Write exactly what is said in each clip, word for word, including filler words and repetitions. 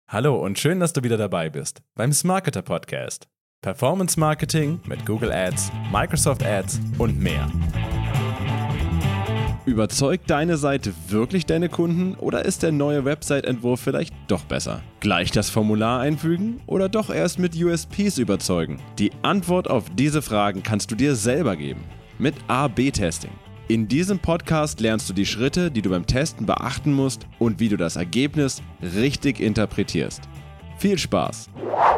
Hallo und schön, dass du wieder dabei bist beim Smarketer Podcast. Performance Marketing mit Google Ads, Microsoft Ads und mehr. Überzeugt deine Seite wirklich deine Kunden oder ist der neue Website-Entwurf vielleicht doch besser? Gleich das Formular einfügen oder doch erst mit U S Ps überzeugen? Die Antwort auf diese Fragen kannst du dir selber geben mit A B Testing. In diesem Podcast lernst du die Schritte, die du beim Testen beachten musst und wie du das Ergebnis richtig interpretierst. Viel Spaß!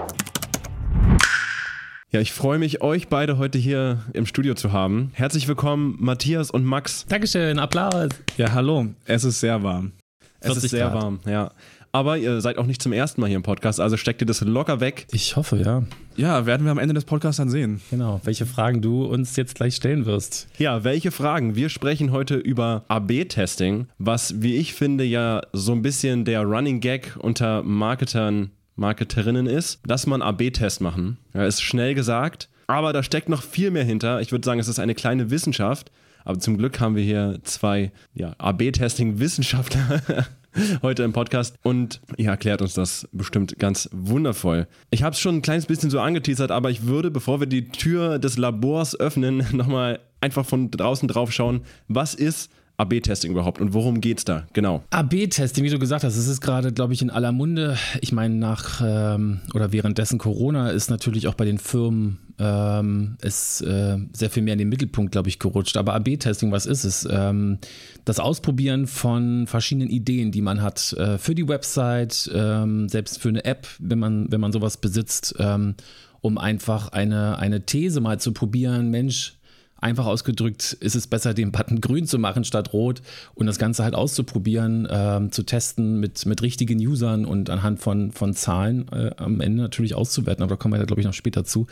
Ja, ich freue mich, euch beide heute hier im Studio zu haben. Herzlich willkommen, Matthias und Max. Dankeschön, Applaus. Ja, hallo. Es ist sehr warm. Es ist sehr Grad. warm, ja. Aber ihr seid auch nicht zum ersten Mal hier im Podcast, also steckt ihr das locker weg. Ich hoffe, ja. Ja, werden wir am Ende des Podcasts dann sehen. Genau, welche Fragen du uns jetzt gleich stellen wirst. Ja, welche Fragen? Wir sprechen heute über A B Testing, was, wie ich finde, ja so ein bisschen der Running Gag unter Marketern, Marketerinnen ist, dass man A B Test machen. Ja, ist schnell gesagt, aber da steckt noch viel mehr hinter. Ich würde sagen, es ist eine kleine Wissenschaft, aber zum Glück haben wir hier zwei ja, A B Testing-Wissenschaftler heute im Podcast und ihr erklärt uns das bestimmt ganz wundervoll. Ich habe es schon ein kleines bisschen so angeteasert, aber ich würde, bevor wir die Tür des Labors öffnen, nochmal einfach von draußen drauf schauen, was ist A B Testing überhaupt und worum geht's da? Genau. A B Testing, wie du gesagt hast, es ist gerade, glaube ich, in aller Munde. Ich meine, nach ähm, oder währenddessen Corona ist natürlich auch bei den Firmen ähm, ist äh, sehr viel mehr in den Mittelpunkt, glaube ich, gerutscht. Aber A B Testing, was ist es? Ähm, das Ausprobieren von verschiedenen Ideen, die man hat äh, für die Website, ähm, selbst für eine App, wenn man, wenn man sowas besitzt, ähm, um einfach eine, eine These mal zu probieren. Mensch, einfach ausgedrückt, ist es besser, den Button grün zu machen statt rot und das Ganze halt auszuprobieren, ähm, zu testen mit, mit richtigen Usern und anhand von, von Zahlen äh, am Ende natürlich auszuwerten. Aber da kommen wir ja, glaube ich, noch später zu.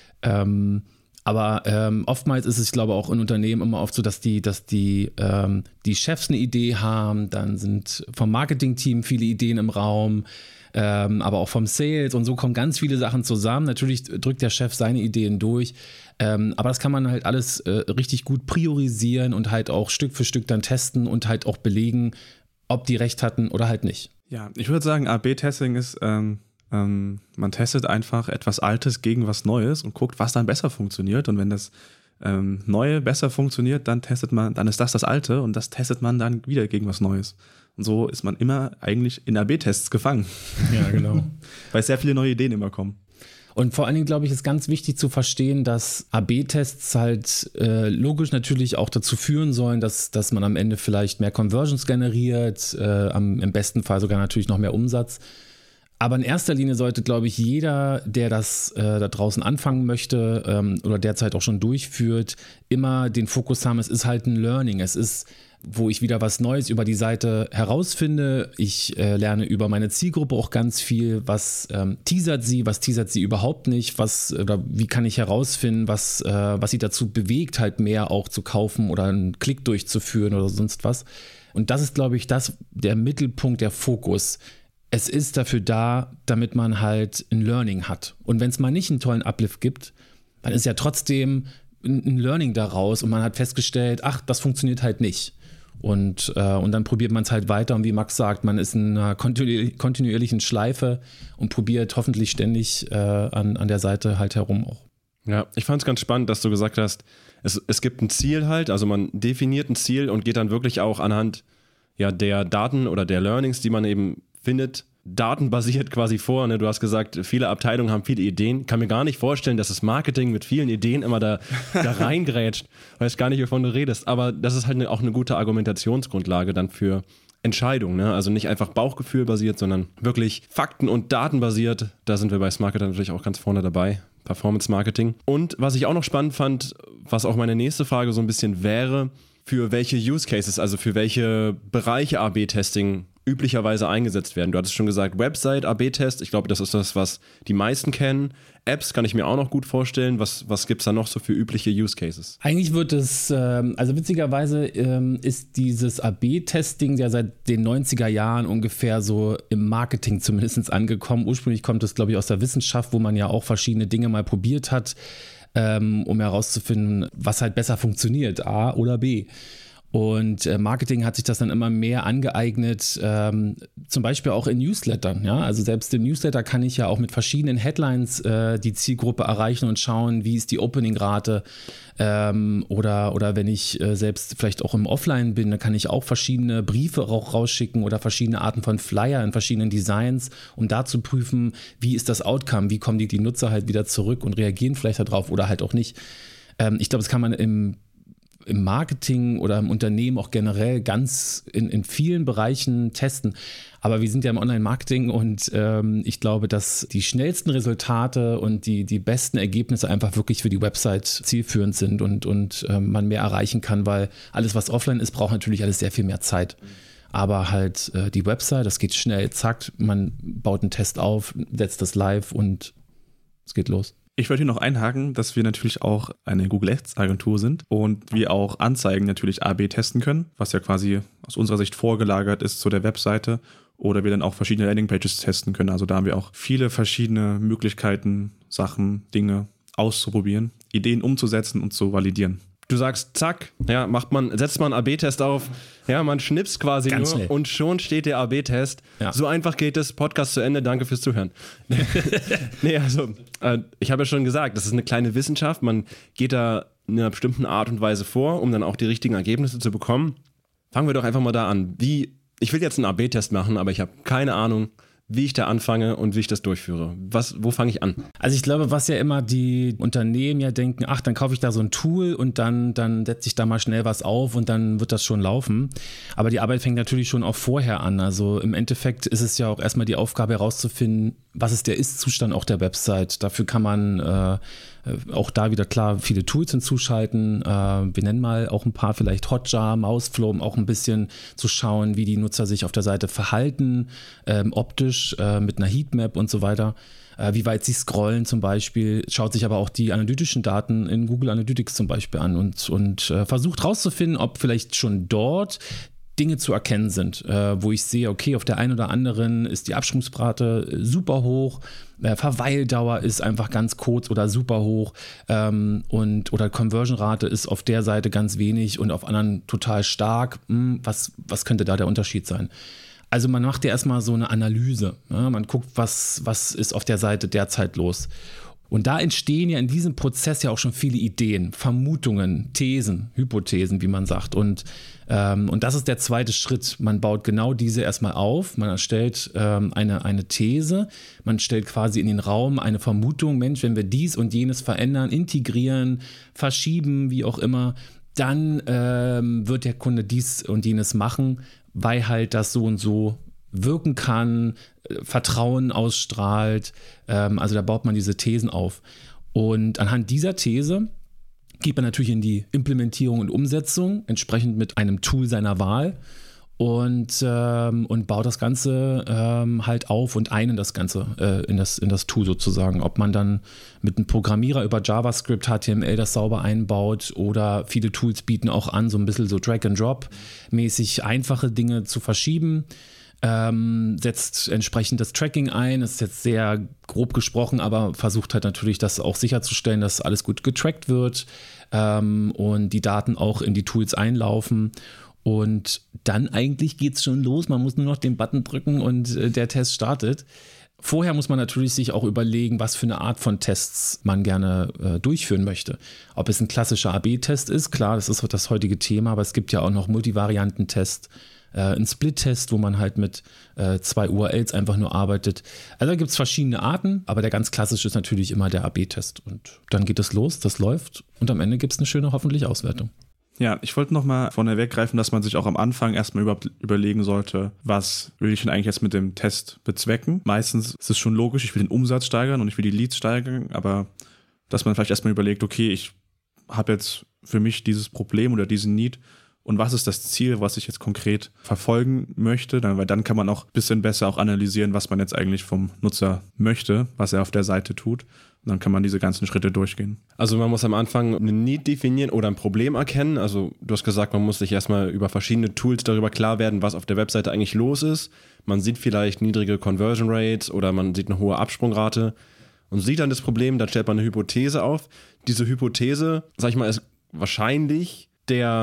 Ähm, aber ähm, oftmals ist es, ich glaube, auch in Unternehmen immer oft so, dass die, dass die, ähm, die Chefs eine Idee haben, dann sind vom Marketing-Team viele Ideen im Raum, ähm, aber auch vom Sales und so kommen ganz viele Sachen zusammen. Natürlich drückt der Chef seine Ideen durch, ähm, aber das kann man halt alles äh, richtig gut priorisieren und halt auch Stück für Stück dann testen und halt auch belegen, ob die recht hatten oder halt nicht. Ja, ich würde sagen, A B Testing ist, ähm, ähm, man testet einfach etwas Altes gegen was Neues und guckt, was dann besser funktioniert. Und wenn das ähm, Neue besser funktioniert, dann testet man, dann ist das das Alte und das testet man dann wieder gegen was Neues. Und so ist man immer eigentlich in A B Tests gefangen. Ja, genau. Weil sehr viele neue Ideen immer kommen. Und vor allen Dingen, glaube ich, ist ganz wichtig zu verstehen, dass A B Tests halt äh, logisch natürlich auch dazu führen sollen, dass, dass man am Ende vielleicht mehr Conversions generiert, äh, am, im besten Fall sogar natürlich noch mehr Umsatz. Aber in erster Linie sollte, glaube ich, jeder, der das äh, da draußen anfangen möchte ähm, oder derzeit auch schon durchführt, immer den Fokus haben, es ist halt ein Learning. Es ist, wo ich wieder was Neues über die Seite herausfinde. Ich äh, lerne über meine Zielgruppe auch ganz viel. Was ähm, teasert sie, was teasert sie überhaupt nicht? Was oder wie kann ich herausfinden, was, äh, was sie dazu bewegt, halt mehr auch zu kaufen oder einen Klick durchzuführen oder sonst was. Und das ist, glaube ich, das der Mittelpunkt, der Fokus. Es ist dafür da, damit man halt ein Learning hat. Und wenn es mal nicht einen tollen Uplift gibt, dann ist ja trotzdem ein Learning daraus und man hat festgestellt, ach, das funktioniert halt nicht. Und, äh, und dann probiert man es halt weiter und wie Max sagt, man ist in einer kontinu- kontinuierlichen Schleife und probiert hoffentlich ständig äh, an, an der Seite halt herum auch. Ja, ich fand es ganz spannend, dass du gesagt hast, es, es gibt ein Ziel halt, also man definiert ein Ziel und geht dann wirklich auch anhand ja, der Daten oder der Learnings, die man eben findet, datenbasiert quasi vor. Ne? Du hast gesagt, viele Abteilungen haben viele Ideen. Ich kann mir gar nicht vorstellen, dass das Marketing mit vielen Ideen immer da, da reingrätscht. Ich weiß gar nicht, wovon du redest. Aber das ist halt ne, auch eine gute Argumentationsgrundlage dann für Entscheidungen. Ne? Also nicht einfach Bauchgefühl basiert, sondern wirklich Fakten- und Datenbasiert. Da sind wir bei Smarketer natürlich auch ganz vorne dabei. Performance Marketing. Und was ich auch noch spannend fand, was auch meine nächste Frage so ein bisschen wäre, für welche Use Cases, also für welche Bereiche A B Testing üblicherweise eingesetzt werden. Du hattest schon gesagt, Website A B Test, ich glaube, das ist das, was die meisten kennen. Apps kann ich mir auch noch gut vorstellen. Was, was gibt es da noch so für übliche Use Cases? Eigentlich wird es, ähm, also witzigerweise ähm, ist dieses A B Testing ja seit den neunziger Jahren ungefähr so im Marketing zumindest angekommen. Ursprünglich kommt es, glaube ich, aus der Wissenschaft, wo man ja auch verschiedene Dinge mal probiert hat, ähm, um herauszufinden, was halt besser funktioniert, A oder B. Und äh, Marketing hat sich das dann immer mehr angeeignet, ähm, zum Beispiel auch in Newslettern. Ja? Also selbst im Newsletter kann ich ja auch mit verschiedenen Headlines äh, die Zielgruppe erreichen und schauen, wie ist die Opening-Rate. Ähm, oder, oder wenn ich äh, selbst vielleicht auch im Offline bin, dann kann ich auch verschiedene Briefe auch rausschicken oder verschiedene Arten von Flyer in verschiedenen Designs, um da zu prüfen, wie ist das Outcome, wie kommen die, die Nutzer halt wieder zurück und reagieren vielleicht darauf oder halt auch nicht. Ähm, ich glaube, das kann man im im Marketing oder im Unternehmen auch generell ganz in, in vielen Bereichen testen. Aber wir sind ja im Online-Marketing und ähm, ich glaube, dass die schnellsten Resultate und die, die besten Ergebnisse einfach wirklich für die Website zielführend sind und, und ähm, man mehr erreichen kann, weil alles, was offline ist, braucht natürlich alles sehr viel mehr Zeit. Aber halt äh, die Website, das geht schnell, zack, man baut einen Test auf, setzt das live und es geht los. Ich wollte hier noch einhaken, dass wir natürlich auch eine Google Ads Agentur sind und wir auch Anzeigen natürlich A B testen können, was ja quasi aus unserer Sicht vorgelagert ist zu der Webseite, oder wir dann auch verschiedene Landingpages testen können. Also da haben wir auch viele verschiedene Möglichkeiten, Sachen, Dinge auszuprobieren, Ideen umzusetzen und zu validieren. Du sagst, zack, ja, macht man, setzt man einen A B Test auf, ja, man schnipst quasi Ganz nur schnell. Und schon steht der A B Test. Ja. So einfach geht es, Podcast zu Ende, danke fürs Zuhören. Nee, also, äh, ich habe ja schon gesagt, das ist eine kleine Wissenschaft, man geht da in einer bestimmten Art und Weise vor, um dann auch die richtigen Ergebnisse zu bekommen. Fangen wir doch einfach mal da an. Wie, ich will jetzt einen A B Test machen, aber ich habe keine Ahnung, wie ich da anfange und wie ich das durchführe. Was, wo fange ich an? Also ich glaube, was ja immer die Unternehmen ja denken, ach, dann kaufe ich da so ein Tool und dann, dann setze ich da mal schnell was auf und dann wird das schon laufen. Aber die Arbeit fängt natürlich schon auch vorher an. Also im Endeffekt ist es ja auch erstmal die Aufgabe herauszufinden, was ist der Ist-Zustand auch der Website. Dafür kann man äh, auch da wieder klar viele Tools hinzuschalten. Äh, wir nennen mal auch ein paar, vielleicht Hotjar, Mouseflow, um auch ein bisschen zu schauen, wie die Nutzer sich auf der Seite verhalten, ähm, optisch äh, mit einer Heatmap und so weiter. Äh, wie weit sie scrollen zum Beispiel, schaut sich aber auch die analytischen Daten in Google Analytics zum Beispiel an und, und äh, versucht rauszufinden, ob vielleicht schon dort Dinge zu erkennen sind, äh, wo ich sehe, okay, auf der einen oder anderen ist die Absprungsrate super hoch, äh, Verweildauer ist einfach ganz kurz oder super hoch ähm, und oder Conversion-Rate ist auf der Seite ganz wenig und auf anderen total stark. Hm, was, was könnte da der Unterschied sein? Also man macht ja erstmal so eine Analyse. Ja? Man guckt, was, was ist auf der Seite derzeit los. Und da entstehen ja in diesem Prozess ja auch schon viele Ideen, Vermutungen, Thesen, Hypothesen, wie man sagt. Und, ähm, und das ist der zweite Schritt. Man baut genau diese erstmal auf. Man erstellt ähm, eine, eine These. Man stellt quasi in den Raum eine Vermutung. Mensch, wenn wir dies und jenes verändern, integrieren, verschieben, wie auch immer, dann ähm, wird der Kunde dies und jenes machen, weil halt das so und so wirken kann, Vertrauen ausstrahlt. Ähm, also da baut man diese Thesen auf. Und anhand dieser These geht man natürlich in die Implementierung und Umsetzung, entsprechend mit einem Tool seiner Wahl und, ähm, und baut das Ganze ähm, halt auf und ein in das Ganze, äh, in das, in das Tool sozusagen. Ob man dann mit einem Programmierer über JavaScript, H T M L das sauber einbaut oder viele Tools bieten auch an, so ein bisschen so Drag-and-Drop-mäßig einfache Dinge zu verschieben. Ähm, setzt entsprechend das Tracking ein, das ist jetzt sehr grob gesprochen, aber versucht halt natürlich das auch sicherzustellen, dass alles gut getrackt wird ähm, und die Daten auch in die Tools einlaufen und dann eigentlich geht es schon los, man muss nur noch den Button drücken und äh, der Test startet. Vorher muss man natürlich sich auch überlegen, was für eine Art von Tests man gerne äh, durchführen möchte. Ob es ein klassischer A B Test ist, klar, das ist das heutige Thema, aber es gibt ja auch noch Multivarianten-Tests, äh, ein Split-Test, wo man halt mit äh, zwei U R Ls einfach nur arbeitet. Also da gibt es verschiedene Arten, aber der ganz klassische ist natürlich immer der A B Test. Und dann geht es los, das läuft und am Ende gibt es eine schöne, hoffentlich Auswertung. Ja, ich wollte nochmal vorne weggreifen, dass man sich auch am Anfang erstmal überhaupt überlegen sollte, was will ich denn eigentlich jetzt mit dem Test bezwecken. Meistens ist es schon logisch, ich will den Umsatz steigern und ich will die Leads steigern, aber dass man vielleicht erstmal überlegt, okay, ich habe jetzt für mich dieses Problem oder diesen Need und was ist das Ziel, was ich jetzt konkret verfolgen möchte, dann, weil dann kann man auch ein bisschen besser auch analysieren, was man jetzt eigentlich vom Nutzer möchte, was er auf der Seite tut. Und dann kann man diese ganzen Schritte durchgehen. Also man muss am Anfang ein Need definieren oder ein Problem erkennen. Also du hast gesagt, man muss sich erstmal über verschiedene Tools darüber klar werden, was auf der Webseite eigentlich los ist. Man sieht vielleicht niedrige Conversion Rates oder man sieht eine hohe Absprungrate und sieht dann das Problem, dann stellt man eine Hypothese auf. Diese Hypothese, sag ich mal, ist wahrscheinlich der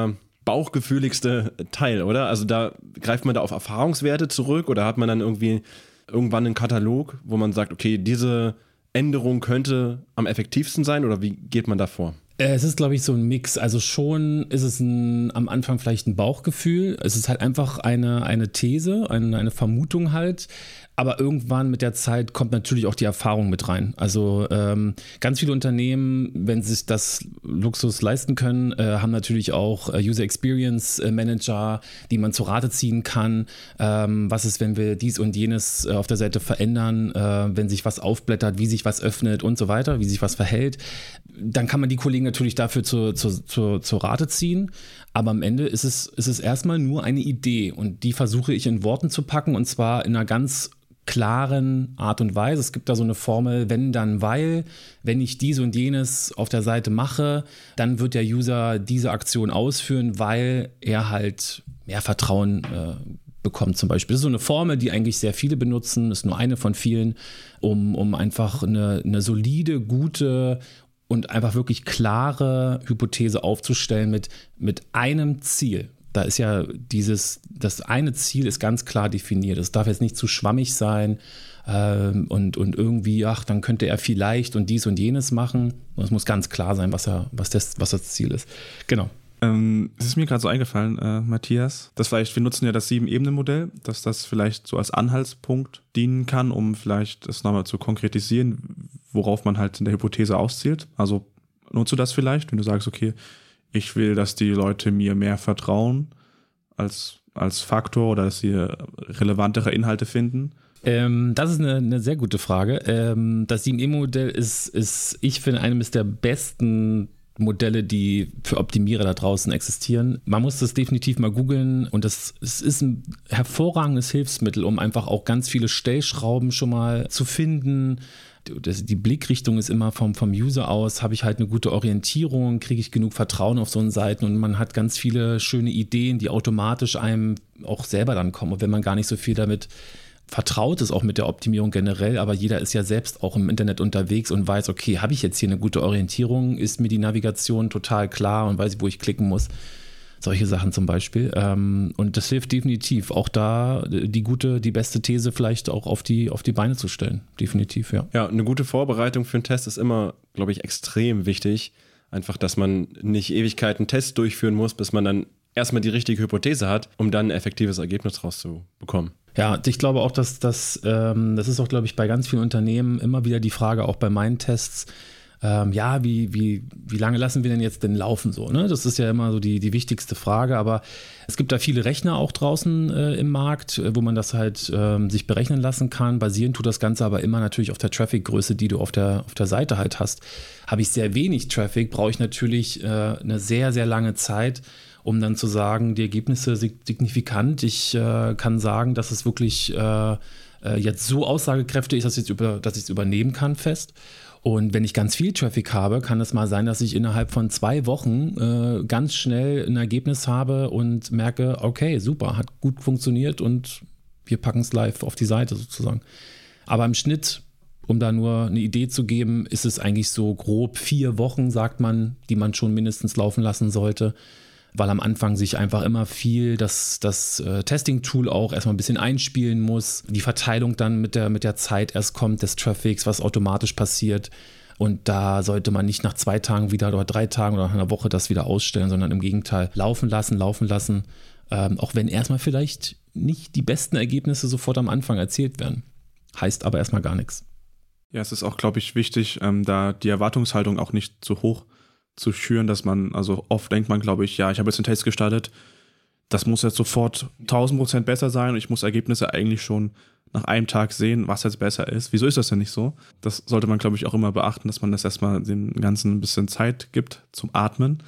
bauchgefühligste Teil, oder? Also da greift man da auf Erfahrungswerte zurück oder hat man dann irgendwie irgendwann einen Katalog, wo man sagt, okay, diese Änderung könnte am effektivsten sein oder wie geht man da vor? Es ist, glaube ich, so ein Mix. Also schon ist es ein, am Anfang vielleicht ein Bauchgefühl. Es ist halt einfach eine, eine These, eine, eine Vermutung halt. Aber irgendwann mit der Zeit kommt natürlich auch die Erfahrung mit rein. Also ähm, ganz viele Unternehmen, wenn sie sich das Luxus leisten können, äh, haben natürlich auch äh, User Experience äh, Manager, die man zu Rate ziehen kann. Ähm, was ist, wenn wir dies und jenes äh, auf der Seite verändern, äh, wenn sich was aufblättert, wie sich was öffnet und so weiter, wie sich was verhält. Dann kann man die Kollegen natürlich dafür zu, zu, zu, zu Rate ziehen. Aber am Ende ist es, ist es erstmal nur eine Idee und die versuche ich in Worten zu packen und zwar in einer ganz klaren Art und Weise. Es gibt da so eine Formel, wenn, dann, weil. Wenn ich dies und jenes auf der Seite mache, dann wird der User diese Aktion ausführen, weil er halt mehr Vertrauen äh, bekommt zum Beispiel. Das ist so eine Formel, die eigentlich sehr viele benutzen, das ist nur eine von vielen, um, um einfach eine, eine solide, gute und einfach wirklich klare Hypothese aufzustellen mit, mit einem Ziel. Da ist ja dieses, das eine Ziel ist ganz klar definiert. Es darf jetzt nicht zu schwammig sein ähm, und, und irgendwie, ach, dann könnte er vielleicht und dies und jenes machen. Und es muss ganz klar sein, was, er, was, das, was das Ziel ist. Genau. Ähm, es ist mir gerade so eingefallen, äh, Matthias, dass vielleicht, wir nutzen ja das Sieben-Ebenen-Modell, dass das vielleicht so als Anhaltspunkt dienen kann, um vielleicht das nochmal zu konkretisieren, worauf man halt in der Hypothese auszielt. Also nutzt du das vielleicht, wenn du sagst, okay, ich will, dass die Leute mir mehr vertrauen als, als Faktor oder dass sie relevantere Inhalte finden? Ähm, das ist eine, eine sehr gute Frage. Ähm, das Sieben-Ebenen-Modell ist, ist, ich finde, eines der besten Modelle, die für Optimierer da draußen existieren. Man muss das definitiv mal googeln und das, es ist ein hervorragendes Hilfsmittel, um einfach auch ganz viele Stellschrauben schon mal zu finden. Die Blickrichtung ist immer vom, vom User aus, habe ich halt eine gute Orientierung, kriege ich genug Vertrauen auf so einen Seiten und man hat ganz viele schöne Ideen, die automatisch einem auch selber dann kommen. Und wenn man gar nicht so viel damit vertraut ist, auch mit der Optimierung generell, aber jeder ist ja selbst auch im Internet unterwegs und weiß, okay, habe ich jetzt hier eine gute Orientierung, ist mir die Navigation total klar und weiß ich, wo ich klicken muss. Solche Sachen zum Beispiel. Und das hilft definitiv, auch da die gute, die beste These vielleicht auch auf die, auf die Beine zu stellen. Definitiv, ja. Ja, eine gute Vorbereitung für einen Test ist immer, glaube ich, extrem wichtig. Einfach, dass man nicht Ewigkeiten Tests durchführen muss, bis man dann erstmal die richtige Hypothese hat, um dann ein effektives Ergebnis rauszubekommen. Ja, ich glaube auch, dass das, ähm, das ist auch, glaube ich, bei ganz vielen Unternehmen immer wieder die Frage, auch bei meinen Tests, Ähm, ja, wie, wie, wie lange lassen wir denn jetzt denn laufen so, ne? Das ist ja immer so die, die wichtigste Frage, aber es gibt da viele Rechner auch draußen äh, im Markt, wo man das halt ähm, sich berechnen lassen kann. Basierend tut das Ganze aber immer natürlich auf der Traffic-Größe, die du auf der, auf der Seite halt hast. Habe ich sehr wenig Traffic, brauche ich natürlich äh, eine sehr, sehr lange Zeit, um dann zu sagen, die Ergebnisse sind signifikant. Ich äh, kann sagen, dass es wirklich äh, jetzt so aussagekräftig ist, dass ich es über, dass ich es übernehmen kann fest. Und wenn ich ganz viel Traffic habe, kann es mal sein, dass ich innerhalb von zwei Wochen äh, ganz schnell ein Ergebnis habe und merke, okay, super, hat gut funktioniert und wir packen es live auf die Seite sozusagen. Aber im Schnitt, um da nur eine Idee zu geben, ist es eigentlich so grob vier Wochen, sagt man, die man schon mindestens laufen lassen sollte, weil am Anfang sich einfach immer viel das, das äh, Testing-Tool auch erstmal ein bisschen einspielen muss, die Verteilung dann mit der, mit der Zeit erst kommt des Traffics, was automatisch passiert und da sollte man nicht nach zwei Tagen wieder oder drei Tagen oder nach einer Woche das wieder ausstellen, sondern im Gegenteil laufen lassen, laufen lassen, ähm, auch wenn erstmal vielleicht nicht die besten Ergebnisse sofort am Anfang erzielt werden. Heißt aber erstmal gar nichts. Ja, es ist auch, glaube ich, wichtig, ähm, da die Erwartungshaltung auch nicht zu hoch zu schüren, dass man, also oft denkt man, glaube ich, ja, ich habe jetzt einen Test gestartet, das muss jetzt sofort tausend Prozent besser sein und ich muss Ergebnisse eigentlich schon nach einem Tag sehen, was jetzt besser ist. Wieso ist das denn nicht so? Das sollte man, glaube ich, auch immer beachten, dass man das erstmal dem Ganzen ein bisschen Zeit gibt zum Atmen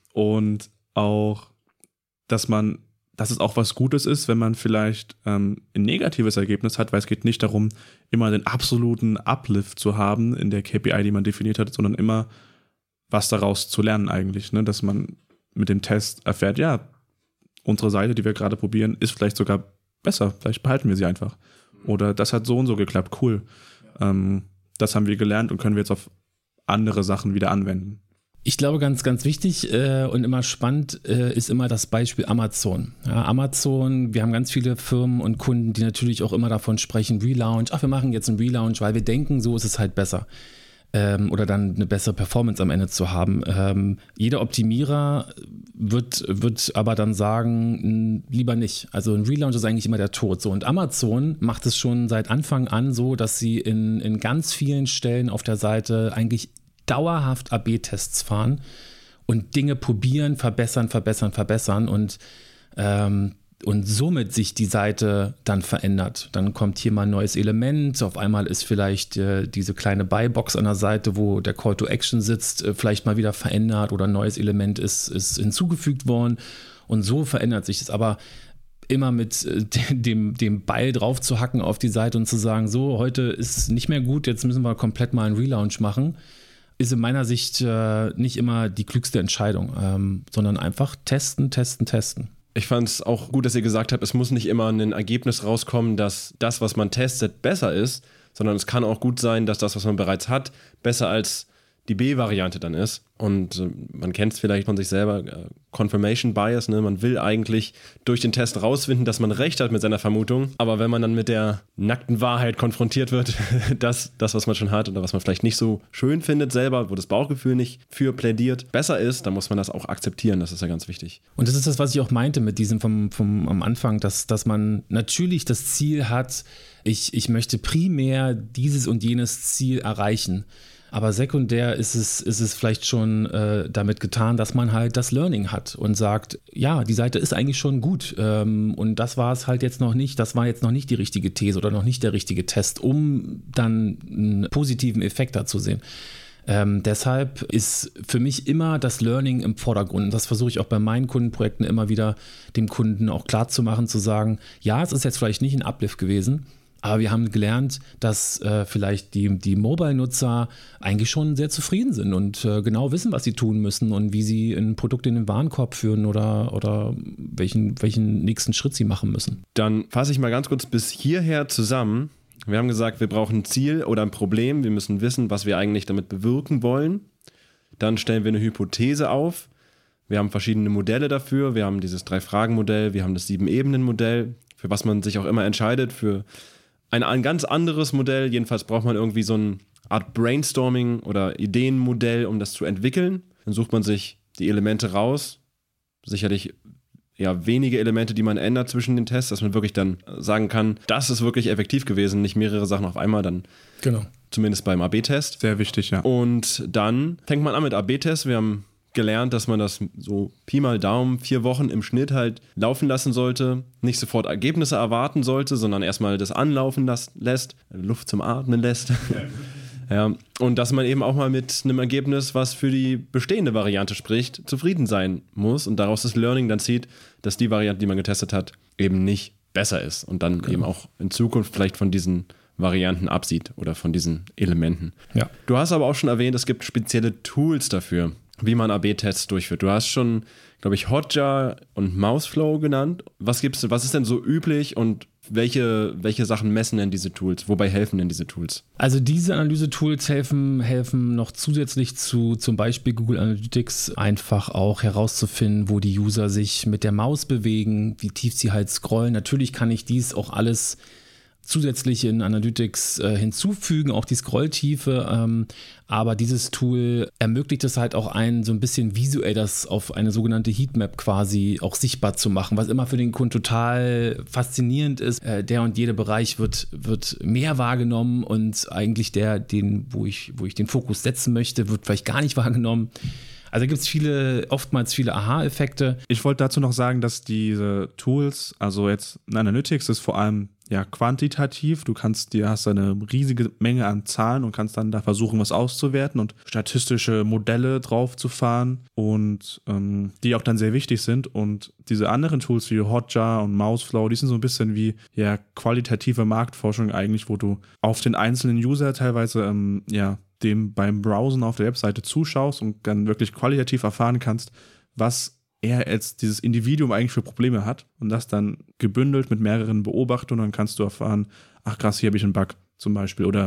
und auch, dass man, dass es auch was Gutes ist, wenn man vielleicht ähm, ein negatives Ergebnis hat, weil es geht nicht darum, immer den absoluten Uplift zu haben in der K P I, die man definiert hat, sondern immer was daraus zu lernen eigentlich, ne? Dass man mit dem Test erfährt, ja, unsere Seite, die wir gerade probieren, ist vielleicht sogar besser, vielleicht behalten wir sie einfach. Oder das hat so und so geklappt, cool. Ja. Ähm, das haben wir gelernt und können wir jetzt auf andere Sachen wieder anwenden. Ich glaube, ganz, ganz wichtig äh, und immer spannend äh, ist immer das Beispiel Amazon. Ja, Amazon, wir haben ganz viele Firmen und Kunden, die natürlich auch immer davon sprechen, Relaunch, ach, wir machen jetzt einen Relaunch, weil wir denken, so ist es halt besser. Ähm, oder dann eine bessere Performance am Ende zu haben. Ähm, jeder Optimierer wird, wird aber dann sagen, mh, lieber nicht. Also ein Relaunch ist eigentlich immer der Tod. So, und Amazon macht es schon seit Anfang an so, dass sie in, in ganz vielen Stellen auf der Seite eigentlich dauerhaft A B Tests fahren und Dinge probieren, verbessern, verbessern, verbessern und, ähm, und somit sich die Seite dann verändert. Dann kommt hier mal ein neues Element, auf einmal ist vielleicht äh, diese kleine Buy-Box an der Seite, wo der Call to Action sitzt, äh, vielleicht mal wieder verändert oder ein neues Element ist, ist hinzugefügt worden und so verändert sich es. Aber immer mit äh, dem, dem Beil drauf zu hacken auf die Seite und zu sagen, so, heute ist es nicht mehr gut, jetzt müssen wir komplett mal einen Relaunch machen, ist in meiner Sicht äh, nicht immer die klügste Entscheidung, ähm, sondern einfach testen, testen, testen. Ich fand es auch gut, dass ihr gesagt habt, es muss nicht immer ein Ergebnis rauskommen, dass das, was man testet, besser ist, sondern es kann auch gut sein, dass das, was man bereits hat, besser als die B-Variante dann ist. Und äh, man kennt es vielleicht von sich selber, äh, Confirmation Bias, ne? Man will eigentlich durch den Test rausfinden, dass man recht hat mit seiner Vermutung, aber wenn man dann mit der nackten Wahrheit konfrontiert wird, dass das, was man schon hat oder was man vielleicht nicht so schön findet selber, wo das Bauchgefühl nicht für plädiert, besser ist, dann muss man das auch akzeptieren, das ist ja ganz wichtig. Und das ist das, was ich auch meinte mit diesem vom, vom am Anfang, dass, dass man natürlich das Ziel hat, ich, ich möchte primär dieses und jenes Ziel erreichen. Aber sekundär ist es, ist es vielleicht schon äh, damit getan, dass man halt das Learning hat und sagt, ja, die Seite ist eigentlich schon gut ähm, und das war es halt jetzt noch nicht, das war jetzt noch nicht die richtige These oder noch nicht der richtige Test, um dann einen positiven Effekt da zu sehen. Ähm, deshalb ist für mich immer das Learning im Vordergrund. Und das versuche ich auch bei meinen Kundenprojekten immer wieder dem Kunden auch klar zu machen, zu sagen, ja, es ist jetzt vielleicht nicht ein Uplift gewesen, aber wir haben gelernt, dass äh, vielleicht die, die Mobile-Nutzer eigentlich schon sehr zufrieden sind und äh, genau wissen, was sie tun müssen und wie sie ein Produkt in den Warenkorb führen oder, oder welchen, welchen nächsten Schritt sie machen müssen. Dann fasse ich mal ganz kurz bis hierher zusammen. Wir haben gesagt, wir brauchen ein Ziel oder ein Problem. Wir müssen wissen, was wir eigentlich damit bewirken wollen. Dann stellen wir eine Hypothese auf. Wir haben verschiedene Modelle dafür. Wir haben dieses Drei-Fragen-Modell, wir haben das Sieben-Ebenen-Modell, für was man sich auch immer entscheidet, für Ein, ein ganz anderes Modell, jedenfalls braucht man irgendwie so eine Art Brainstorming oder Ideenmodell, um das zu entwickeln. Dann sucht man sich die Elemente raus, sicherlich ja wenige Elemente, die man ändert zwischen den Tests, dass man wirklich dann sagen kann, das ist wirklich effektiv gewesen, nicht mehrere Sachen auf einmal, dann genau. Zumindest beim A B-Test. Sehr wichtig, ja. Und dann fängt man an mit A B-Tests. Wir haben gelernt, dass man das so Pi mal Daumen vier Wochen im Schnitt halt laufen lassen sollte, nicht sofort Ergebnisse erwarten sollte, sondern erstmal das anlaufen las- lässt, Luft zum Atmen lässt. Ja, und dass man eben auch mal mit einem Ergebnis, was für die bestehende Variante spricht, zufrieden sein muss und daraus das Learning dann zieht, dass die Variante, die man getestet hat, eben nicht besser ist und dann genau. eben auch in Zukunft vielleicht von diesen Varianten absieht oder von diesen Elementen. Ja. Du hast aber auch schon erwähnt, es gibt spezielle Tools dafür, wie man A B-Tests durchführt. Du hast schon, glaube ich, Hotjar und Mouseflow genannt. Was gibt's, was ist denn so üblich und welche, welche Sachen messen denn diese Tools? Wobei helfen denn diese Tools? Also diese Analyse-Tools helfen, helfen noch zusätzlich zu zum Beispiel Google Analytics einfach auch herauszufinden, wo die User sich mit der Maus bewegen, wie tief sie halt scrollen. Natürlich kann ich dies auch alles zusätzlich in Analytics äh, hinzufügen, auch die Scrolltiefe, ähm, aber dieses Tool ermöglicht es halt auch einen so ein bisschen visuell das auf eine sogenannte Heatmap quasi auch sichtbar zu machen, was immer für den Kunden total faszinierend ist. Äh, der und jede Bereich wird, wird mehr wahrgenommen und eigentlich der, den, wo ich, wo ich den Fokus setzen möchte, wird vielleicht gar nicht wahrgenommen. Also gibt es viele, oftmals viele Aha-Effekte. Ich wollte dazu noch sagen, dass diese Tools, also jetzt in Analytics ist vor allem ja quantitativ. Du kannst dir hast eine riesige Menge an Zahlen und kannst dann da versuchen, was auszuwerten und statistische Modelle drauf zu fahren und ähm, die auch dann sehr wichtig sind. Und diese anderen Tools wie Hotjar und Mouseflow, die sind so ein bisschen wie ja qualitative Marktforschung eigentlich, wo du auf den einzelnen User teilweise ähm, ja dem beim Browsen auf der Webseite zuschaust und dann wirklich qualitativ erfahren kannst, was er als dieses Individuum eigentlich für Probleme hat und das dann gebündelt mit mehreren Beobachtungen, dann kannst du erfahren, ach krass, hier habe ich einen Bug zum Beispiel oder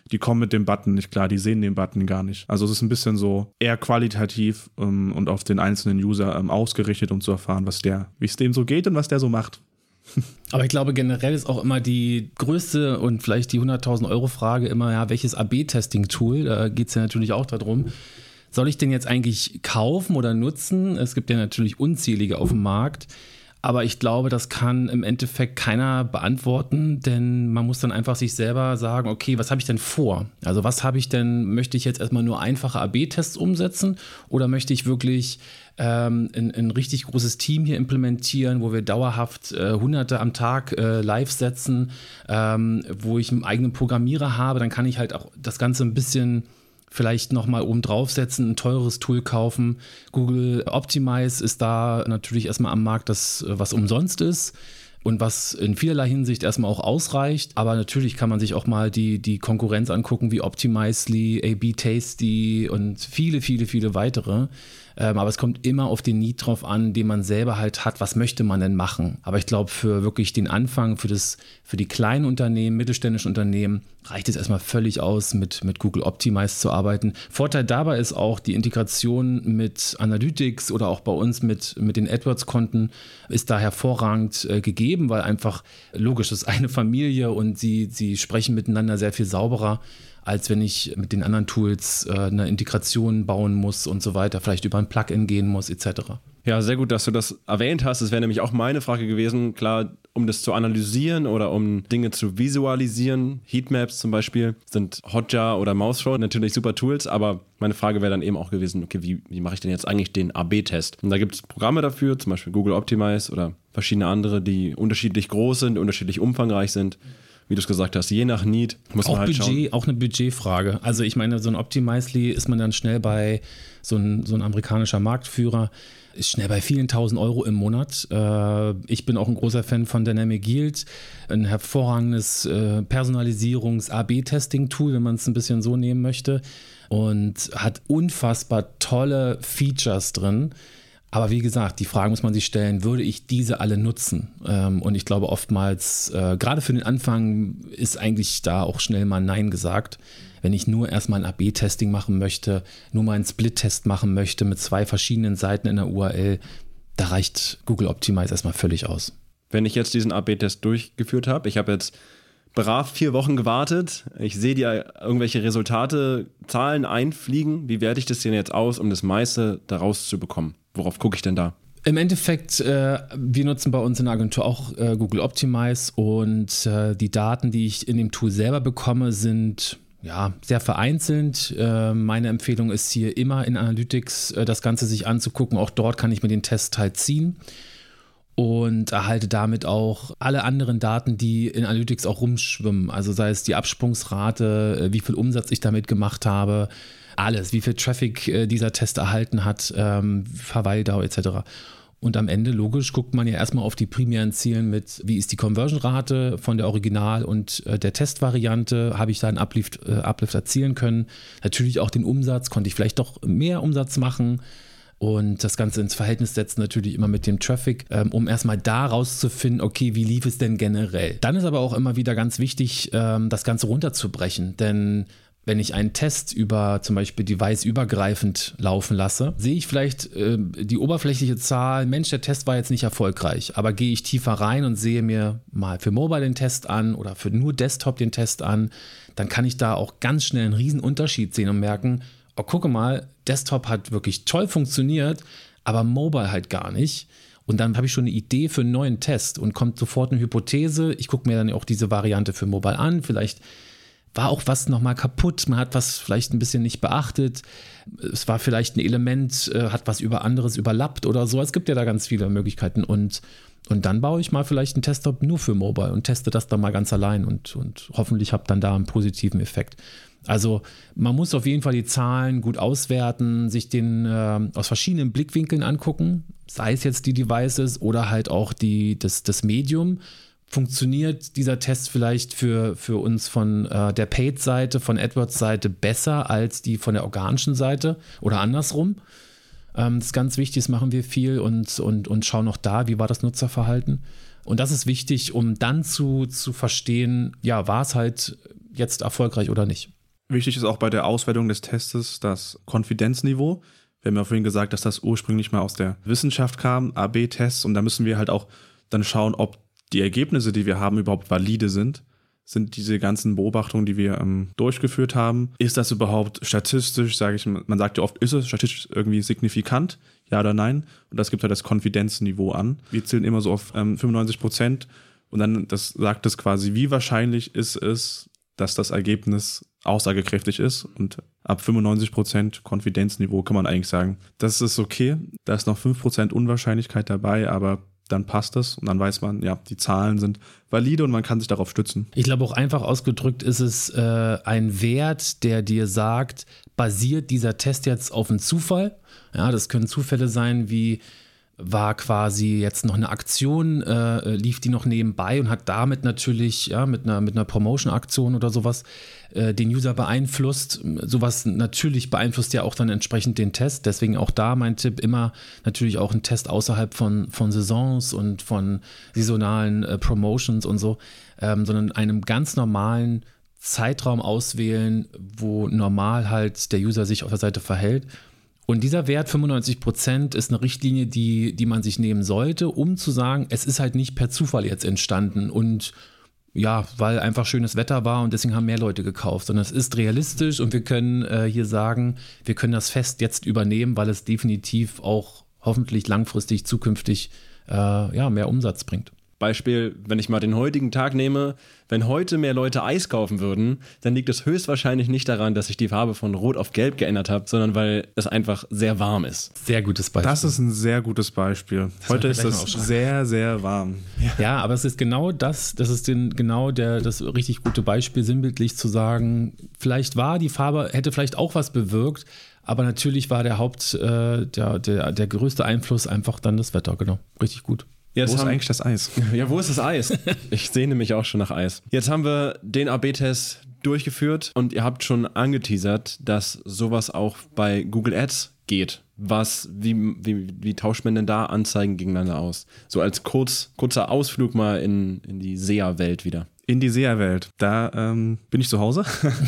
die kommen mit dem Button nicht klar, die sehen den Button gar nicht. Also es ist ein bisschen so eher qualitativ ähm, und auf den einzelnen User ähm, ausgerichtet, um zu erfahren, was der, wie es dem so geht und was der so macht. Aber ich glaube, generell ist auch immer die größte und vielleicht die hunderttausend Euro Frage immer, ja, welches A B Testing Tool? Da geht es ja natürlich auch darum, soll ich den jetzt eigentlich kaufen oder nutzen? Es gibt ja natürlich unzählige auf dem Markt. Aber ich glaube, das kann im Endeffekt keiner beantworten, denn man muss dann einfach sich selber sagen, okay, was habe ich denn vor? Also was habe ich denn, möchte ich jetzt erstmal nur einfache A B Tests umsetzen oder möchte ich wirklich ähm, ein, ein richtig großes Team hier implementieren, wo wir dauerhaft äh, Hunderte am Tag äh, live setzen, ähm, wo ich einen eigenen Programmierer habe, dann kann ich halt auch das Ganze ein bisschen vielleicht nochmal oben draufsetzen, ein teures Tool kaufen. Google Optimize ist da natürlich erstmal am Markt, das was umsonst ist und was in vielerlei Hinsicht erstmal auch ausreicht. Aber natürlich kann man sich auch mal die, die Konkurrenz angucken, wie Optimizely, A B Tasty und viele, viele, viele weitere. Ähm, aber es kommt immer auf den Need drauf an, den man selber halt hat. Was möchte man denn machen? Aber ich glaube, für wirklich den Anfang, für, das, für die kleinen Unternehmen, mittelständischen Unternehmen, reicht es erstmal völlig aus, mit, mit Google Optimize zu arbeiten. Vorteil dabei ist auch die Integration mit Analytics oder auch bei uns mit, mit den AdWords-Konten ist da hervorragend äh, gegeben, weil einfach logisch, es ist eine Familie und sie, sie sprechen miteinander sehr viel sauberer, als wenn ich mit den anderen Tools äh, eine Integration bauen muss und so weiter, vielleicht über ein Plugin gehen muss et cetera. Ja, sehr gut, dass du das erwähnt hast. Das wäre nämlich auch meine Frage gewesen, klar, um das zu analysieren oder um Dinge zu visualisieren. Heatmaps zum Beispiel sind Hotjar oder Mousethrow natürlich super Tools, aber meine Frage wäre dann eben auch gewesen, okay, wie, wie mache ich denn jetzt eigentlich den A B Test? Und da gibt es Programme dafür, zum Beispiel Google Optimize oder verschiedene andere, die unterschiedlich groß sind, unterschiedlich umfangreich sind. Wie du es gesagt hast, je nach Need muss auch man halt Budget, schauen. Auch eine Budgetfrage. Also ich meine, so ein Optimizely ist man dann schnell bei, so ein, so ein amerikanischer Marktführer, ist schnell bei vielen tausend Euro im Monat. Äh, ich bin auch ein großer Fan von Dynamic Yield, ein hervorragendes äh, Personalisierungs-A B Testing Tool, wenn man es ein bisschen so nehmen möchte, und hat unfassbar tolle Features drin. Aber wie gesagt, die Frage muss man sich stellen, würde ich diese alle nutzen? Ähm, und ich glaube oftmals, äh, gerade für den Anfang ist eigentlich da auch schnell mal Nein gesagt. Wenn ich nur erstmal ein A B Testing machen möchte, nur mal einen Split-Test machen möchte mit zwei verschiedenen Seiten in der U R L, da reicht Google Optimize erstmal völlig aus. Wenn ich jetzt diesen A B Test durchgeführt habe, ich habe jetzt brav vier Wochen gewartet, ich sehe die irgendwelche Resultate, Zahlen einfliegen, wie werte ich das denn jetzt aus, um das meiste daraus zu bekommen? Worauf gucke ich denn da? Im Endeffekt, äh, wir nutzen bei uns in der Agentur auch äh, Google Optimize und äh, die Daten, die ich in dem Tool selber bekomme, sind ja sehr vereinzelt. Äh, meine Empfehlung ist hier immer in Analytics äh, das Ganze sich anzugucken. Auch dort kann ich mir den Test halt ziehen und erhalte damit auch alle anderen Daten, die in Analytics auch rumschwimmen. Also sei es die Absprungsrate, äh, wie viel Umsatz ich damit gemacht habe, alles, wie viel Traffic äh, dieser Test erhalten hat, ähm, Verweildauer et cetera. Und am Ende, logisch, guckt man ja erstmal auf die primären Ziele mit, wie ist die Conversion-Rate von der Original- und äh, der Testvariante, habe ich da einen Uplift, äh, Uplift erzielen können. Natürlich auch den Umsatz, konnte ich vielleicht doch mehr Umsatz machen und das Ganze ins Verhältnis setzen natürlich immer mit dem Traffic, ähm, um erstmal da rauszufinden, okay, wie lief es denn generell? Dann ist aber auch immer wieder ganz wichtig, ähm, das Ganze runterzubrechen, denn wenn ich einen Test über zum Beispiel device-übergreifend laufen lasse, sehe ich vielleicht äh, die oberflächliche Zahl, Mensch, der Test war jetzt nicht erfolgreich, aber gehe ich tiefer rein und sehe mir mal für Mobile den Test an oder für nur Desktop den Test an, dann kann ich da auch ganz schnell einen riesen Unterschied sehen und merken, oh, gucke mal, Desktop hat wirklich toll funktioniert, aber Mobile halt gar nicht. Und dann habe ich schon eine Idee für einen neuen Test und kommt sofort eine Hypothese. Ich gucke mir dann auch diese Variante für Mobile an, vielleicht war auch was nochmal kaputt, man hat was vielleicht ein bisschen nicht beachtet, es war vielleicht ein Element, äh, hat was über anderes überlappt oder so, es gibt ja da ganz viele Möglichkeiten und, und dann baue ich mal vielleicht einen Desktop nur für Mobile und teste das dann mal ganz allein und, und hoffentlich habe dann da einen positiven Effekt. Also man muss auf jeden Fall die Zahlen gut auswerten, sich den äh, aus verschiedenen Blickwinkeln angucken, sei es jetzt die Devices oder halt auch die, das, das Medium. Funktioniert dieser Test vielleicht für, für uns von äh, der Paid-Seite, von AdWords-Seite besser als die von der organischen Seite oder andersrum? Ähm, das ist ganz wichtig, das machen wir viel und, und, und schauen auch da, wie war das Nutzerverhalten. Und das ist wichtig, um dann zu, zu verstehen, ja, war es halt jetzt erfolgreich oder nicht. Wichtig ist auch bei der Auswertung des Testes das Konfidenzniveau. Wir haben ja vorhin gesagt, dass das ursprünglich mal aus der Wissenschaft kam, A B Tests, und da müssen wir halt auch dann schauen, ob die Ergebnisse, die wir haben, überhaupt valide sind. Sind diese ganzen Beobachtungen, die wir ähm, durchgeführt haben, ist das überhaupt statistisch, sage ich, man sagt ja oft, ist es statistisch irgendwie signifikant, ja oder nein? Und das gibt halt das Konfidenzniveau an. Wir zählen immer so auf ähm, fünfundneunzig Prozent und dann das sagt es quasi, wie wahrscheinlich ist es, dass das Ergebnis aussagekräftig ist, und ab fünfundneunzig Prozent Konfidenzniveau kann man eigentlich sagen, das ist okay, da ist noch fünf Prozent Unwahrscheinlichkeit dabei, aber dann passt es und dann weiß man, ja, die Zahlen sind valide und man kann sich darauf stützen. Ich glaube, auch einfach ausgedrückt ist es äh, ein Wert, der dir sagt, basiert dieser Test jetzt auf einem Zufall? Ja, das können Zufälle sein, wie war quasi jetzt noch eine Aktion, äh, lief die noch nebenbei und hat damit natürlich, ja, mit einer, mit einer Promotion-Aktion oder sowas äh, den User beeinflusst. Sowas natürlich beeinflusst ja auch dann entsprechend den Test. Deswegen auch da mein Tipp, immer natürlich auch ein Test außerhalb von, von Saisons und von saisonalen äh, Promotions und so, ähm, sondern einem ganz normalen Zeitraum auswählen, wo normal halt der User sich auf der Seite verhält. Und dieser Wert fünfundneunzig Prozent ist eine Richtlinie, die, die man sich nehmen sollte, um zu sagen, es ist halt nicht per Zufall jetzt entstanden und ja, weil einfach schönes Wetter war und deswegen haben mehr Leute gekauft, sondern es ist realistisch und wir können äh, hier sagen, wir können das Fest jetzt übernehmen, weil es definitiv auch hoffentlich langfristig zukünftig äh, ja, mehr Umsatz bringt. Beispiel, wenn ich mal den heutigen Tag nehme, wenn heute mehr Leute Eis kaufen würden, dann liegt es höchstwahrscheinlich nicht daran, dass ich die Farbe von Rot auf Gelb geändert habe, sondern weil es einfach sehr warm ist. Sehr gutes Beispiel. Das ist ein sehr gutes Beispiel. Das heute ist es sehr, sehr warm. Ja. ja, aber es ist genau das, das ist den, genau der, das richtig gute Beispiel, sinnbildlich zu sagen, vielleicht war die Farbe, hätte vielleicht auch was bewirkt, aber natürlich war der Haupt, äh, der, der, der größte Einfluss einfach dann das Wetter, genau. Richtig gut. Jetzt wo ist haben, eigentlich das Eis? Ja, wo ist das Eis? Ich sehne mich auch schon nach Eis. Jetzt haben wir den A B Test durchgeführt und ihr habt schon angeteasert, dass sowas auch bei Google Ads geht. Was, wie, wie, wie tauscht man denn da Anzeigen gegeneinander aus? So als kurz, kurzer Ausflug mal in, in die S E A-Welt wieder. In die S E A-Welt. Da ähm, bin ich zu Hause.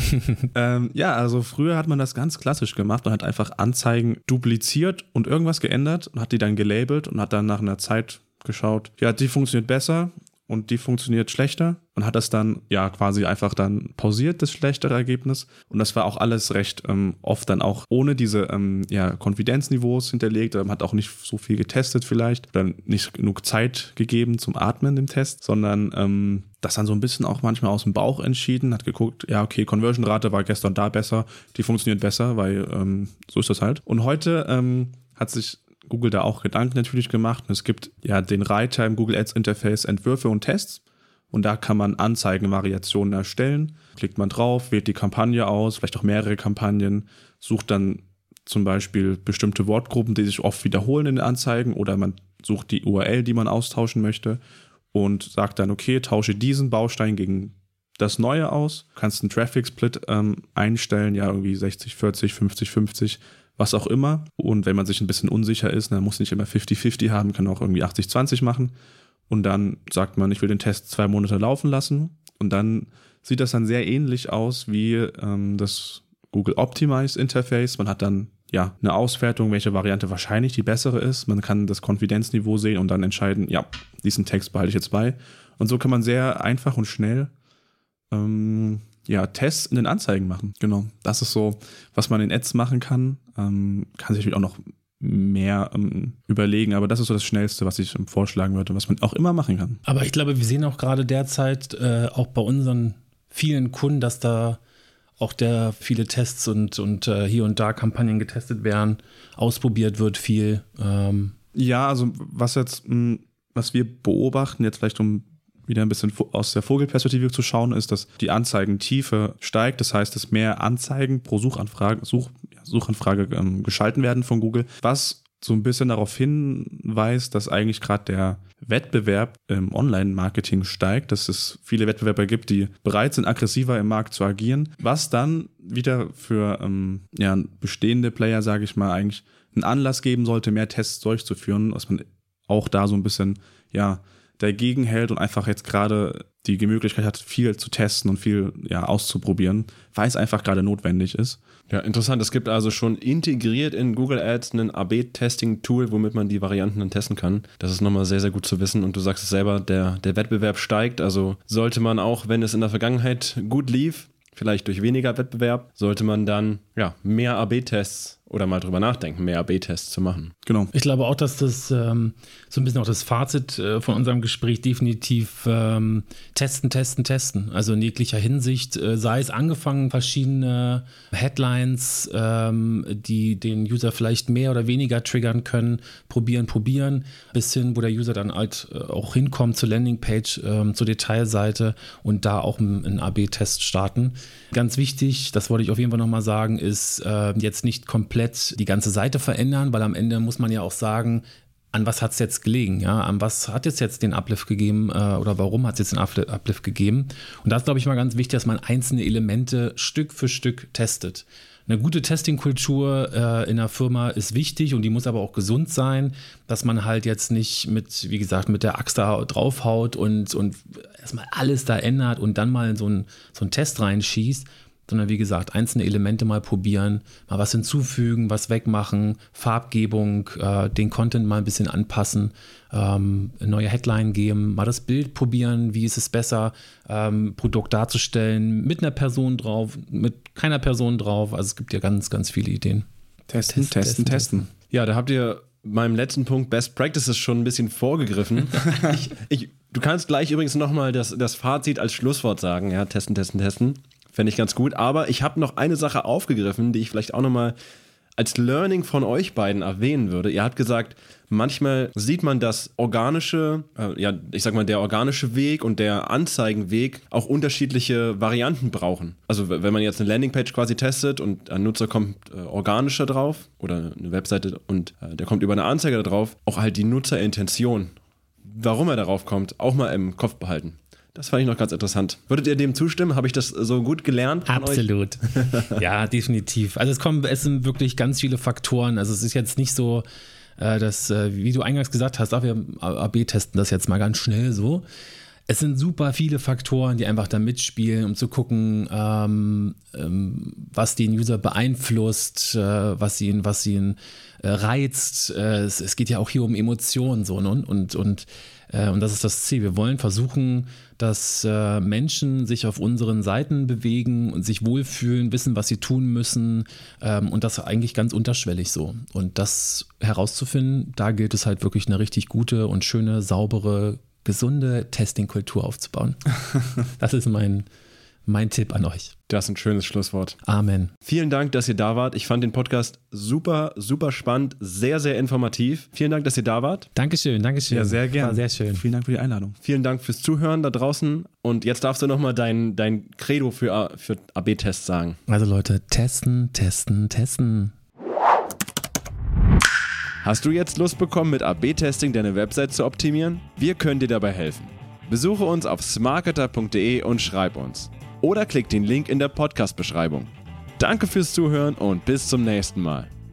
ähm, ja, also früher hat man das ganz klassisch gemacht und hat einfach Anzeigen dupliziert und irgendwas geändert und hat die dann gelabelt und hat dann nach einer Zeit geschaut, ja, die funktioniert besser und die funktioniert schlechter und hat das dann ja quasi einfach dann pausiert, das schlechtere Ergebnis, und das war auch alles recht ähm, oft dann auch ohne diese ähm, ja, Konfidenzniveaus hinterlegt, man hat auch nicht so viel getestet vielleicht, dann nicht genug Zeit gegeben zum Atmen im Test, sondern ähm, das dann so ein bisschen auch manchmal aus dem Bauch entschieden, hat geguckt, ja okay, Conversion-Rate war gestern da besser, die funktioniert besser, weil ähm, so ist das halt. Und heute ähm, hat sich Google da auch Gedanken natürlich gemacht. Und es gibt ja den Reiter im Google Ads Interface Entwürfe und Tests. Und da kann man Anzeigenvariationen erstellen. Klickt man drauf, wählt die Kampagne aus, vielleicht auch mehrere Kampagnen, sucht dann zum Beispiel bestimmte Wortgruppen, die sich oft wiederholen in den Anzeigen, oder man sucht die U R L, die man austauschen möchte, und sagt dann, okay, tausche diesen Baustein gegen das Neue aus. Du kannst einen Traffic-Split ähm, einstellen, ja irgendwie sechzig vierzig, fünfzig fünfzig, was auch immer. Und wenn man sich ein bisschen unsicher ist, dann muss nicht immer fünfzig fünfzig haben, kann auch irgendwie achtzig zwanzig machen. Und dann sagt man, ich will den Test zwei Monate laufen lassen. Und dann sieht das dann sehr ähnlich aus wie ähm, das Google Optimize Interface. Man hat dann ja eine Auswertung, welche Variante wahrscheinlich die bessere ist. Man kann das Konfidenzniveau sehen und dann entscheiden, ja, diesen Text behalte ich jetzt bei. Und so kann man sehr einfach und schnell ähm, ja, Tests in den Anzeigen machen. Genau, das ist so, was man in Ads machen kann. Ähm, kann sich natürlich auch noch mehr ähm, überlegen, aber das ist so das Schnellste, was ich ähm, vorschlagen würde, was man auch immer machen kann. Aber ich glaube, wir sehen auch gerade derzeit äh, auch bei unseren vielen Kunden, dass da auch der viele Tests und, und äh, hier und da Kampagnen getestet werden, ausprobiert wird viel. Ähm. Ja, also was jetzt, mh, was wir beobachten, jetzt vielleicht um wieder ein bisschen aus der Vogelperspektive zu schauen, ist, dass die Anzeigentiefe steigt. Das heißt, dass mehr Anzeigen pro Suchanfrage, Such, ja, Suchanfrage ähm, geschalten werden von Google, was so ein bisschen darauf hinweist, dass eigentlich gerade der Wettbewerb im Online-Marketing steigt, dass es viele Wettbewerber gibt, die bereit sind, aggressiver im Markt zu agieren, was dann wieder für ähm, ja, bestehende Player, sage ich mal, eigentlich einen Anlass geben sollte, mehr Tests durchzuführen, was man auch da so ein bisschen, ja, dagegen hält und einfach jetzt gerade die Möglichkeit hat, viel zu testen und viel ja, auszuprobieren, weil es einfach gerade notwendig ist. Ja, interessant. Es gibt also schon integriert in Google Ads ein A B Testing-Tool, womit man die Varianten dann testen kann. Das ist nochmal sehr, sehr gut zu wissen. Und du sagst es selber, der, der Wettbewerb steigt. Also sollte man auch, wenn es in der Vergangenheit gut lief, vielleicht durch weniger Wettbewerb, sollte man dann ja, mehr A B Tests oder mal drüber nachdenken, mehr A B Tests zu machen. Genau. Ich glaube auch, dass das ähm, so ein bisschen auch das Fazit äh, von unserem Gespräch definitiv ähm, testen, testen, testen. Also in jeglicher Hinsicht, äh, sei es angefangen, verschiedene Headlines, ähm, die den User vielleicht mehr oder weniger triggern können, probieren, probieren, bis hin, wo der User dann halt äh, auch hinkommt zur Landingpage, äh, zur Detailseite und da auch einen, einen A B Test starten. Ganz wichtig, das wollte ich auf jeden Fall nochmal sagen, ist äh, jetzt nicht komplett die ganze Seite verändern, weil am Ende muss man ja auch sagen, an was hat es jetzt gelegen, ja, an was hat es jetzt den Uplift gegeben äh, oder warum hat es jetzt den Uplift gegeben. Und da ist, glaube ich, mal ganz wichtig, dass man einzelne Elemente Stück für Stück testet. Eine gute Testingkultur äh, in der Firma ist wichtig und die muss aber auch gesund sein, dass man halt jetzt nicht mit, wie gesagt, mit der Axt da draufhaut und, und erstmal alles da ändert und dann mal in so einen so einen Test reinschießt, sondern wie gesagt, einzelne Elemente mal probieren, mal was hinzufügen, was wegmachen, Farbgebung, äh, den Content mal ein bisschen anpassen, ähm, eine neue Headline geben, mal das Bild probieren, wie ist es besser, ähm, Produkt darzustellen, mit einer Person drauf, mit keiner Person drauf. Also es gibt ja ganz, ganz viele Ideen. Testen, testen, testen. testen. Ja, da habt ihr meinem letzten Punkt Best Practices schon ein bisschen vorgegriffen. ich, ich, du kannst gleich übrigens nochmal das, das Fazit als Schlusswort sagen. Ja, testen, testen, testen. Fände ich ganz gut. Aber ich habe noch eine Sache aufgegriffen, die ich vielleicht auch nochmal als Learning von euch beiden erwähnen würde. Ihr habt gesagt, manchmal sieht man, dass organische, äh, ja, ich sag mal, der organische Weg und der Anzeigenweg auch unterschiedliche Varianten brauchen. Also wenn man jetzt eine Landingpage quasi testet und ein Nutzer kommt äh, organischer drauf oder eine Webseite und äh, der kommt über eine Anzeige da drauf, auch halt die Nutzerintention, warum er darauf kommt, auch mal im Kopf behalten. Das fand ich noch ganz interessant. Würdet ihr dem zustimmen? Habe ich das so gut gelernt? Absolut. Ja, definitiv. Also es kommen, es sind wirklich ganz viele Faktoren. Also es ist jetzt nicht so, äh, dass, äh, wie du eingangs gesagt hast, ach, wir A B testen das jetzt mal ganz schnell so. Es sind super viele Faktoren, die einfach da mitspielen, um zu gucken, ähm, ähm, was den User beeinflusst, äh, was ihn, was ihn äh, reizt. Äh, es, es geht ja auch hier um Emotionen so, ne? und und äh, und das ist das Ziel. Wir wollen versuchen, dass äh, Menschen sich auf unseren Seiten bewegen und sich wohlfühlen, wissen, was sie tun müssen ähm, und das eigentlich ganz unterschwellig so. Und das herauszufinden, da gilt es halt wirklich eine richtig gute und schöne, saubere, gesunde Testing-Kultur aufzubauen. Das ist mein, mein Tipp an euch. Das ist ein schönes Schlusswort. Amen. Vielen Dank, dass ihr da wart. Ich fand den Podcast super, super spannend, sehr, sehr informativ. Vielen Dank, dass ihr da wart. Dankeschön, Dankeschön. Ja, sehr gerne. War sehr schön. Vielen Dank für die Einladung. Vielen Dank fürs Zuhören da draußen. Und jetzt darfst du nochmal dein, dein Credo für, für A B Tests sagen. Also Leute, testen, testen, testen. Hast du jetzt Lust bekommen, mit A B Testing deine Website zu optimieren? Wir können dir dabei helfen. Besuche uns auf smarketer punkt de und schreib uns. Oder klick den Link in der Podcast-Beschreibung. Danke fürs Zuhören und bis zum nächsten Mal.